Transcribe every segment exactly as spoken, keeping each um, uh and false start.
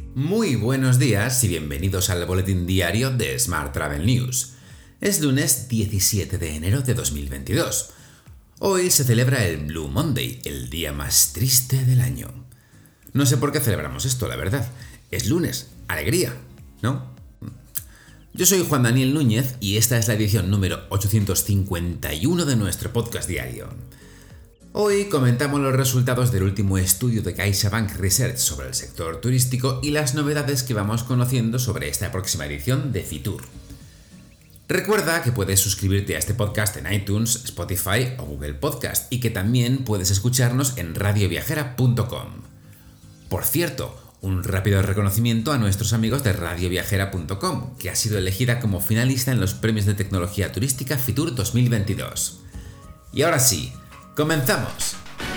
Muy buenos días y bienvenidos al boletín diario de Smart Travel News. Es lunes diecisiete de enero de dos mil veintidós. Hoy se celebra el Blue Monday, el día más triste del año. No sé por qué celebramos esto, la verdad. Es lunes, alegría, ¿no? Yo soy Juan Daniel Núñez y esta es la edición número ochocientos cincuenta y uno de nuestro podcast diario. Hoy comentamos los resultados del último estudio de CaixaBank Research sobre el sector turístico y las novedades que vamos conociendo sobre esta próxima edición de Fitur. Recuerda que puedes suscribirte a este podcast en iTunes, Spotify o Google Podcast y que también puedes escucharnos en radio viajera punto com. Por cierto, un rápido reconocimiento a nuestros amigos de radio viajera punto com, que ha sido elegida como finalista en los premios de tecnología turística Fitur dos mil veintidós. Y ahora sí, ¡comenzamos!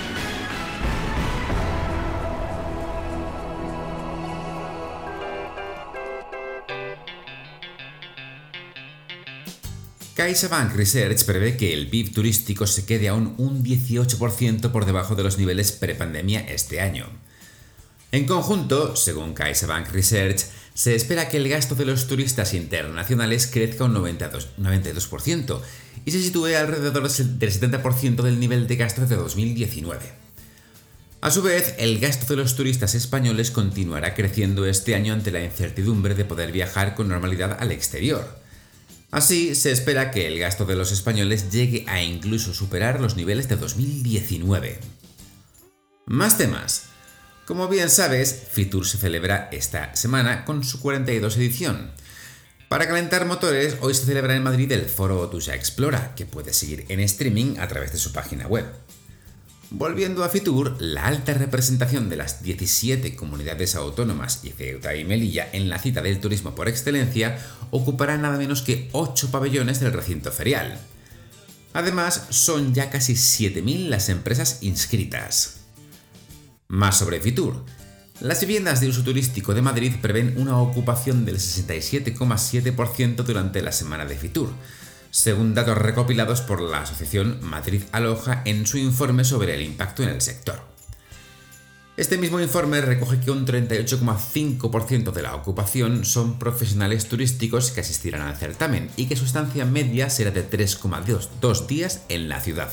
CaixaBank Research prevé que el P I B turístico se quede aún un dieciocho por ciento por debajo de los niveles prepandemia este año. En conjunto, según CaixaBank Research, se espera que el gasto de los turistas internacionales crezca un noventa y dos por ciento y se sitúe alrededor del setenta por ciento del nivel de gasto de dos mil diecinueve. A su vez, el gasto de los turistas españoles continuará creciendo este año ante la incertidumbre de poder viajar con normalidad al exterior. Así, se espera que el gasto de los españoles llegue a incluso superar los niveles de dos mil diecinueve. Más temas. Como bien sabes, Fitur se celebra esta semana con su cuarenta y segunda edición. Para calentar motores, hoy se celebra en Madrid el foro Tusa Explora, que puedes seguir en streaming a través de su página web. Volviendo a Fitur, la alta representación de las diecisiete comunidades autónomas y Ceuta y Melilla en la cita del turismo por excelencia ocupará nada menos que ocho pabellones del recinto ferial. Además, son ya casi siete mil las empresas inscritas. Más sobre Fitur. Las viviendas de uso turístico de Madrid prevén una ocupación del sesenta y siete coma siete por ciento durante la semana de Fitur, según datos recopilados por la asociación Madrid Aloja en su informe sobre el impacto en el sector. Este mismo informe recoge que un treinta y ocho coma cinco por ciento de la ocupación son profesionales turísticos que asistirán al certamen y que su estancia media será de tres coma dos días en la ciudad.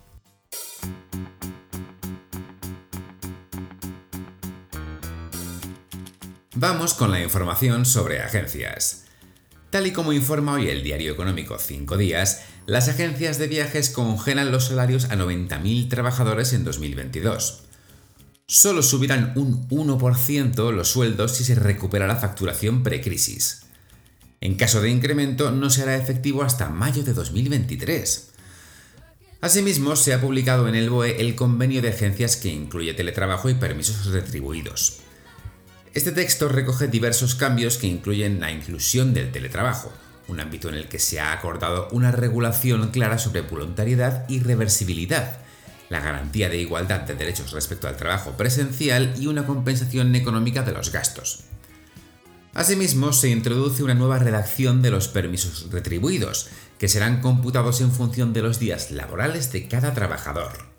Vamos con la información sobre agencias. Tal y como informa hoy el diario económico Cinco Días, las agencias de viajes congelan los salarios a noventa mil trabajadores en dos mil veintidós. Solo subirán un uno por ciento los sueldos si se recupera la facturación precrisis. En caso de incremento, no será efectivo hasta mayo de dos mil veintitrés. Asimismo, se ha publicado en el B O E el convenio de agencias que incluye teletrabajo y permisos retribuidos. Este texto recoge diversos cambios que incluyen la inclusión del teletrabajo, un ámbito en el que se ha acordado una regulación clara sobre voluntariedad y reversibilidad, la garantía de igualdad de derechos respecto al trabajo presencial y una compensación económica de los gastos. Asimismo, se introduce una nueva redacción de los permisos retribuidos, que serán computados en función de los días laborales de cada trabajador.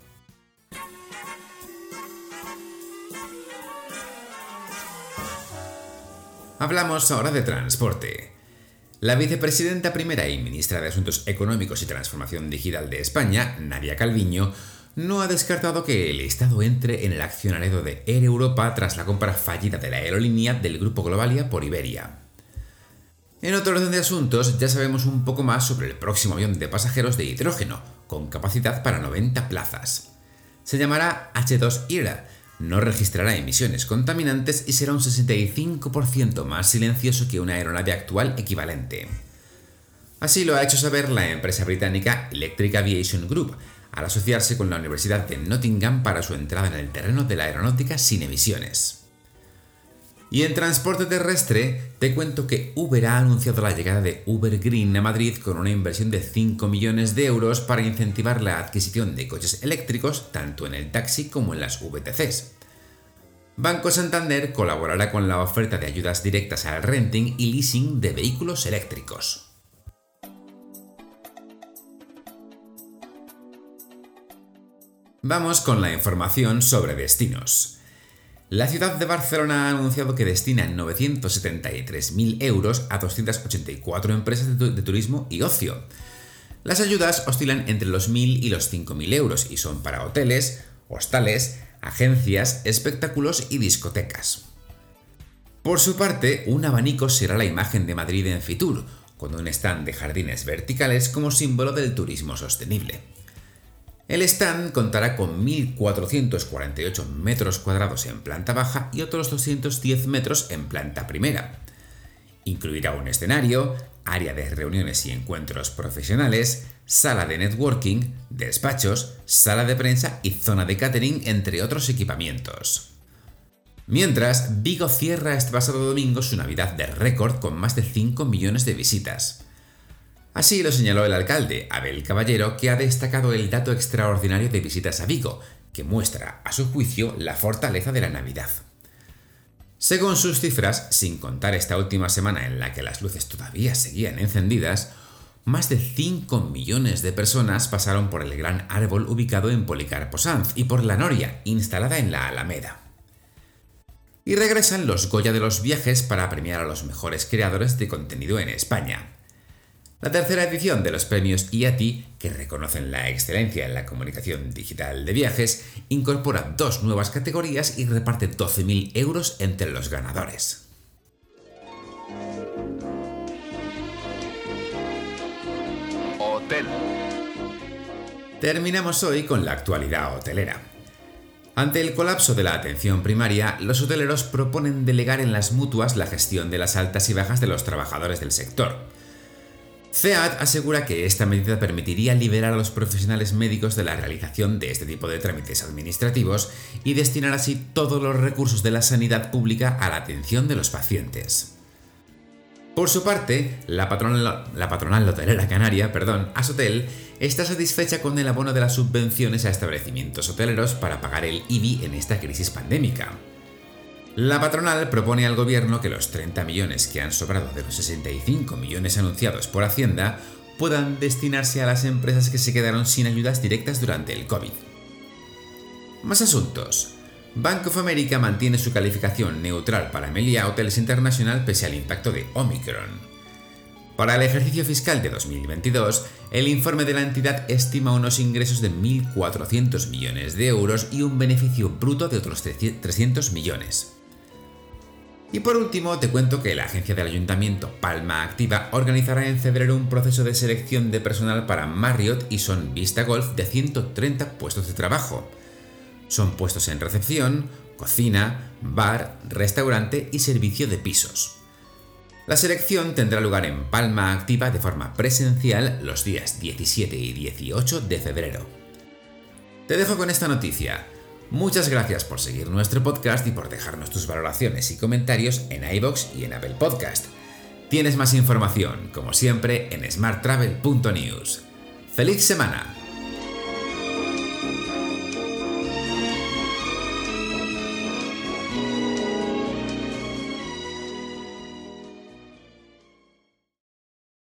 Hablamos ahora de transporte. La vicepresidenta primera y ministra de Asuntos Económicos y Transformación Digital de España, Nadia Calviño, no ha descartado que el Estado entre en el accionariado de Air Europa tras la compra fallida de la aerolínea del grupo Globalia por Iberia. En otro orden de asuntos, ya sabemos un poco más sobre el próximo avión de pasajeros de hidrógeno, con capacidad para noventa plazas. Se llamará H dos Era. No registrará emisiones contaminantes y será un sesenta y cinco por ciento más silencioso que una aeronave actual equivalente. Así lo ha hecho saber la empresa británica Electric Aviation Group, al asociarse con la Universidad de Nottingham para su entrada en el terreno de la aeronáutica sin emisiones. Y en transporte terrestre, te cuento que Uber ha anunciado la llegada de Uber Green a Madrid con una inversión de cinco millones de euros para incentivar la adquisición de coches eléctricos tanto en el taxi como en las V T Cs. Banco Santander colaborará con la oferta de ayudas directas al renting y leasing de vehículos eléctricos. Vamos con la información sobre destinos. La ciudad de Barcelona ha anunciado que destina novecientos setenta y tres mil euros a doscientas ochenta y cuatro empresas de, tu- de turismo y ocio. Las ayudas oscilan entre los mil y los cinco mil euros y son para hoteles, hostales, agencias, espectáculos y discotecas. Por su parte, un abanico será la imagen de Madrid en Fitur, con un stand de jardines verticales como símbolo del turismo sostenible. El stand contará con mil cuatrocientos cuarenta y ocho metros cuadrados en planta baja y otros doscientos diez metros en planta primera. Incluirá un escenario, área de reuniones y encuentros profesionales, sala de networking, despachos, sala de prensa y zona de catering, entre otros equipamientos. Mientras, Vigo cierra este pasado domingo su Navidad de récord con más de cinco millones de visitas. Así lo señaló el alcalde, Abel Caballero, que ha destacado el dato extraordinario de visitas a Vigo, que muestra, a su juicio, la fortaleza de la Navidad. Según sus cifras, sin contar esta última semana en la que las luces todavía seguían encendidas, más de cinco millones de personas pasaron por el gran árbol ubicado en Policarpo Sanz y por la noria, instalada en la Alameda. Y regresan los Goya de los viajes para premiar a los mejores creadores de contenido en España. La tercera edición de los premios I A T I, que reconocen la excelencia en la comunicación digital de viajes, incorpora dos nuevas categorías y reparte doce mil euros entre los ganadores. Hotel. Terminamos hoy con la actualidad hotelera. Ante el colapso de la atención primaria, los hoteleros proponen delegar en las mutuas la gestión de las altas y bajas de los trabajadores del sector. C E A T asegura que esta medida permitiría liberar a los profesionales médicos de la realización de este tipo de trámites administrativos y destinar así todos los recursos de la sanidad pública a la atención de los pacientes. Por su parte, la patronal, la patronal hotelera canaria, perdón, Ashotel, está satisfecha con el abono de las subvenciones a establecimientos hoteleros para pagar el I B I en esta crisis pandémica. La patronal propone al gobierno que los treinta millones que han sobrado de los sesenta y cinco millones anunciados por Hacienda puedan destinarse a las empresas que se quedaron sin ayudas directas durante el COVID. Más asuntos. Bank of America mantiene su calificación neutral para Meliá Hotels International pese al impacto de Omicron. Para el ejercicio fiscal de dos mil veintidós, el informe de la entidad estima unos ingresos de mil cuatrocientos millones de euros y un beneficio bruto de otros trescientos millones. Y por último, te cuento que la agencia del Ayuntamiento Palma Activa organizará en febrero un proceso de selección de personal para Marriott y Son Vista Golf de ciento treinta puestos de trabajo. Son puestos en recepción, cocina, bar, restaurante y servicio de pisos. La selección tendrá lugar en Palma Activa de forma presencial los días diecisiete y dieciocho de febrero. Te dejo con esta noticia. Muchas gracias por seguir nuestro podcast y por dejarnos tus valoraciones y comentarios en iVoox y en Apple Podcast. Tienes más información, como siempre, en smart travel punto news. ¡Feliz semana!